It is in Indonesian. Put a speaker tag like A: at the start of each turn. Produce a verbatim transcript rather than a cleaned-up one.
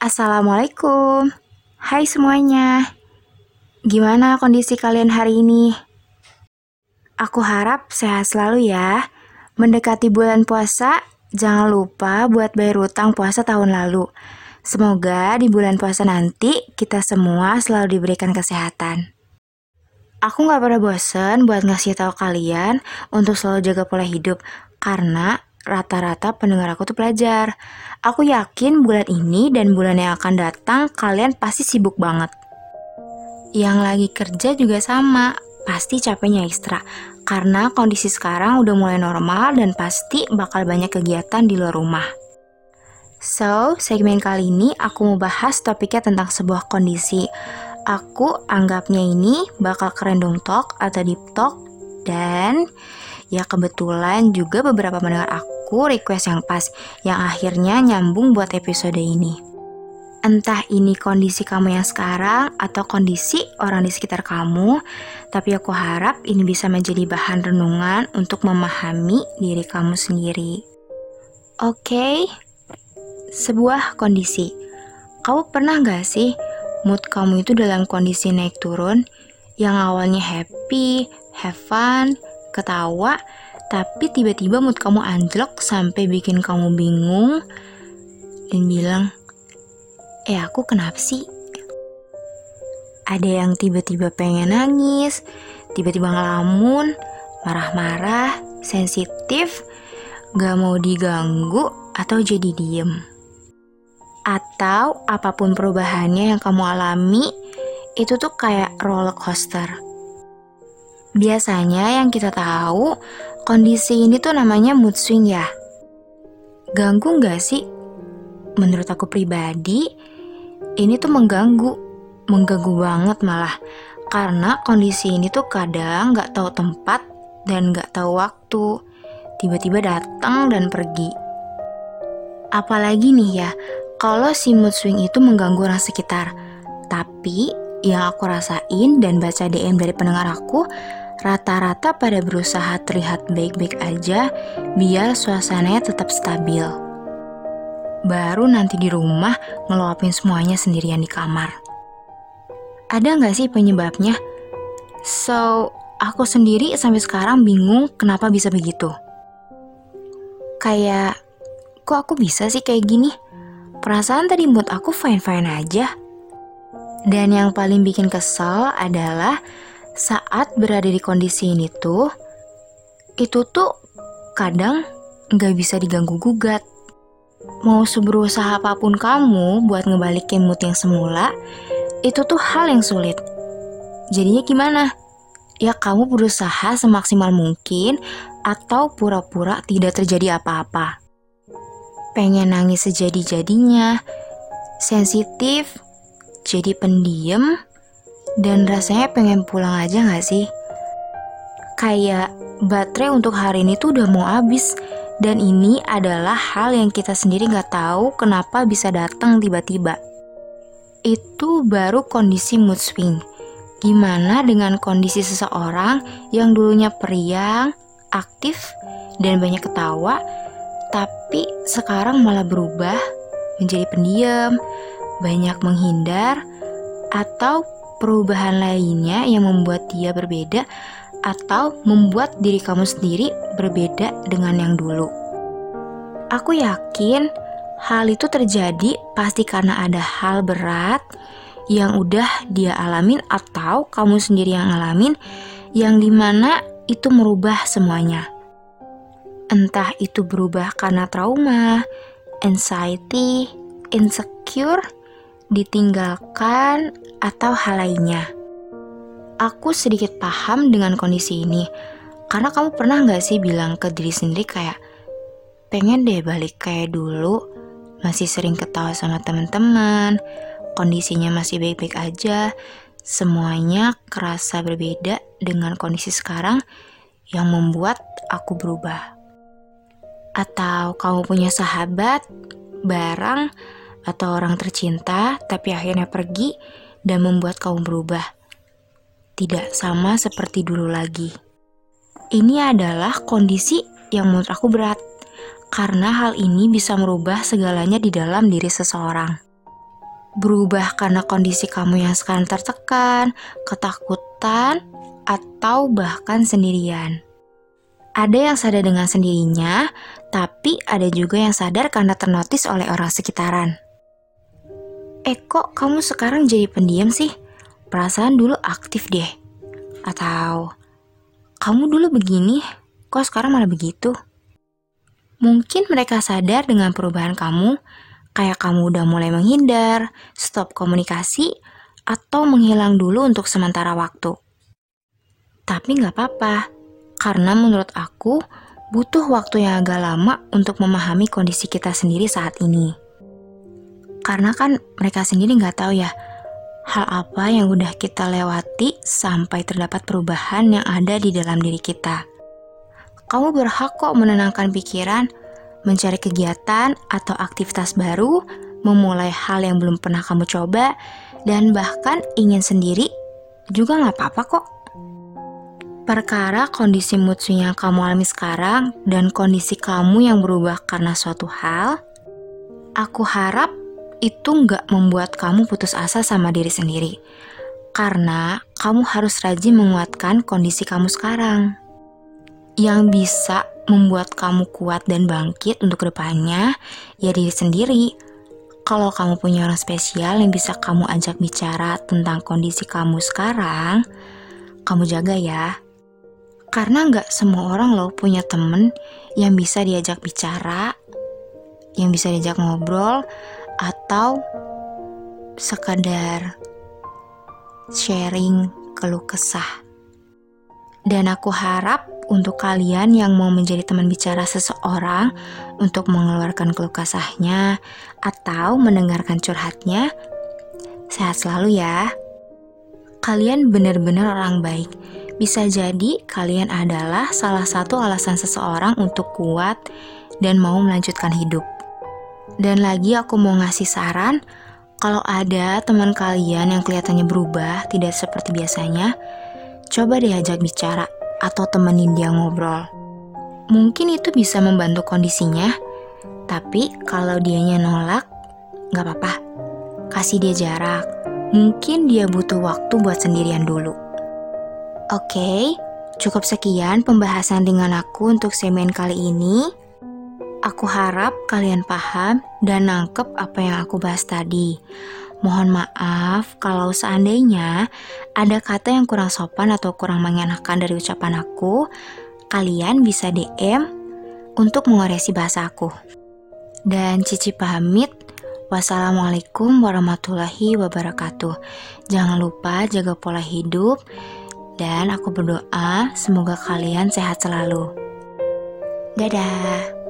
A: Assalamualaikum. Hai semuanya. Gimana kondisi kalian hari ini? Aku harap sehat selalu ya. Mendekati bulan puasa, jangan lupa buat bayar utang puasa tahun lalu. Semoga di bulan puasa nanti kita semua selalu diberikan kesehatan. Aku gak pernah bosen buat ngasih tahu kalian untuk selalu jaga pola hidup, karena rata-rata pendengar aku tuh pelajar. Aku yakin bulan ini dan bulan yang akan datang kalian pasti sibuk banget. Yang lagi kerja juga sama, pasti capeknya ekstra. Karena kondisi sekarang udah mulai normal dan pasti bakal banyak kegiatan di luar rumah. So, segmen kali ini aku mau bahas topiknya tentang sebuah kondisi. Aku anggapnya ini bakal kerendong talk atau deep talk. Dan ya kebetulan juga beberapa pendengar aku request yang pas, yang akhirnya nyambung buat episode ini. Entah ini kondisi kamu yang sekarang atau kondisi orang di sekitar kamu, tapi aku harap ini bisa menjadi bahan renungan untuk memahami diri kamu sendiri. Oke, okay? Sebuah kondisi. Kamu pernah gak sih mood kamu itu dalam kondisi naik turun, yang awalnya happy, have fun, ketawa, tapi tiba-tiba mood kamu anjlok sampai bikin kamu bingung dan bilang, eh aku kenapa sih? Ada yang tiba-tiba pengen nangis, tiba-tiba ngelamun, marah-marah, sensitif, gak mau diganggu, atau jadi diem. Atau apapun perubahannya yang kamu alami, itu tuh kayak roller coaster. Biasanya yang kita tahu, kondisi ini tuh namanya mood swing ya. Ganggu gak sih? Menurut aku pribadi, ini tuh mengganggu. Mengganggu banget malah. Karena kondisi ini tuh kadang gak tahu tempat dan gak tahu waktu. Tiba-tiba datang dan pergi. Apalagi nih ya, kalau si mood swing itu mengganggu orang sekitar. Tapi yang aku rasain dan baca D M dari pendengar aku, rata-rata pada berusaha terlihat baik-baik aja biar suasananya tetap stabil. Baru nanti di rumah ngeluapin semuanya sendirian di kamar. Ada gak sih penyebabnya? So, aku sendiri sampai sekarang bingung kenapa bisa begitu. Kayak, kok aku bisa sih kayak gini? Perasaan tadi mood aku fine-fine aja. Dan yang paling bikin kesel adalah saat berada di kondisi ini tuh, itu tuh kadang gak bisa diganggu-gugat. Mau seberusaha apapun kamu buat ngebalikin mood yang semula, itu tuh hal yang sulit. Jadinya gimana? Ya kamu berusaha semaksimal mungkin atau pura-pura tidak terjadi apa-apa. Pengen nangis sejadi-jadinya, sensitif, jadi pendiam, dan rasanya pengen pulang aja gak sih? Kayak baterai untuk hari ini tuh udah mau habis. Dan ini adalah hal yang kita sendiri gak tahu kenapa bisa datang tiba-tiba. Itu baru kondisi mood swing. Gimana dengan kondisi seseorang yang dulunya periang, aktif, dan banyak ketawa, tapi sekarang malah berubah menjadi pendiam, banyak menghindar, atau perubahan lainnya yang membuat dia berbeda atau membuat diri kamu sendiri berbeda dengan yang dulu. Aku yakin hal itu terjadi pasti karena ada hal berat yang udah dia alamin atau kamu sendiri yang ngalamin, yang dimana itu merubah semuanya. Entah itu berubah karena trauma, anxiety, insecure, ditinggalkan, atau hal lainnya. Aku sedikit paham dengan kondisi ini, karena kamu pernah gak sih bilang ke diri sendiri kayak, pengen deh balik kayak dulu, masih sering ketawa sama teman-teman, kondisinya masih baik-baik aja, semuanya kerasa berbeda dengan kondisi sekarang yang membuat aku berubah. Atau kamu punya sahabat, barang, atau orang tercinta, tapi akhirnya pergi dan membuat kamu berubah. Tidak sama seperti dulu lagi. Ini adalah kondisi yang menurut aku berat, karena hal ini bisa merubah segalanya di dalam diri seseorang. Berubah karena kondisi kamu yang sekarang tertekan, ketakutan, atau bahkan sendirian. Ada yang sadar dengan sendirinya, tapi ada juga yang sadar karena ternotis oleh orang sekitaran. Eh kok kamu sekarang jadi pendiam sih? Perasaan dulu aktif deh. Atau kamu dulu begini, kok sekarang malah begitu? Mungkin mereka sadar dengan perubahan kamu, kayak kamu udah mulai menghindar, stop komunikasi, atau menghilang dulu untuk sementara waktu. Tapi nggak apa-apa, karena menurut aku butuh waktu yang agak lama untuk memahami kondisi kita sendiri saat ini. Karena kan mereka sendiri nggak tahu ya, hal apa yang udah kita lewati sampai terdapat perubahan yang ada di dalam diri kita. Kamu berhak kok menenangkan pikiran, mencari kegiatan atau aktivitas baru, memulai hal yang belum pernah kamu coba, dan bahkan ingin sendiri juga nggak apa-apa kok. Perkara kondisi mood swing yang kamu alami sekarang dan kondisi kamu yang berubah karena suatu hal, aku harap itu nggak membuat kamu putus asa sama diri sendiri. Karena kamu harus rajin menguatkan kondisi kamu sekarang. Yang bisa membuat kamu kuat dan bangkit untuk kedepannya, ya diri sendiri. Kalau kamu punya orang spesial yang bisa kamu ajak bicara tentang kondisi kamu sekarang, kamu jaga ya. Karena nggak semua orang loh punya temen yang bisa diajak bicara, yang bisa diajak ngobrol, atau sekadar sharing keluh kesah. Dan aku harap untuk kalian yang mau menjadi teman bicara seseorang untuk mengeluarkan keluh kesahnya atau mendengarkan curhatnya, sehat selalu ya. Kalian benar-benar orang baik. Bisa jadi kalian adalah salah satu alasan seseorang untuk kuat dan mau melanjutkan hidup. Dan lagi aku mau ngasih saran, kalau ada teman kalian yang kelihatannya berubah, tidak seperti biasanya, coba deh ajak bicara atau temenin dia ngobrol. Mungkin itu bisa membantu kondisinya, tapi kalau dianya nolak, gak apa-apa. Kasih dia jarak, mungkin dia butuh waktu buat sendirian dulu. Oke, cukup sekian pembahasan dengan aku untuk segmen kali ini. Aku harap kalian paham dan nangkep apa yang aku bahas tadi. Mohon maaf kalau seandainya ada kata yang kurang sopan atau kurang mengenakan dari ucapan aku, kalian bisa D M untuk mengoreksi bahasa aku. Dan Cici pamit, wassalamualaikum warahmatullahi wabarakatuh. Jangan lupa jaga pola hidup, dan aku berdoa semoga kalian sehat selalu. Dadah.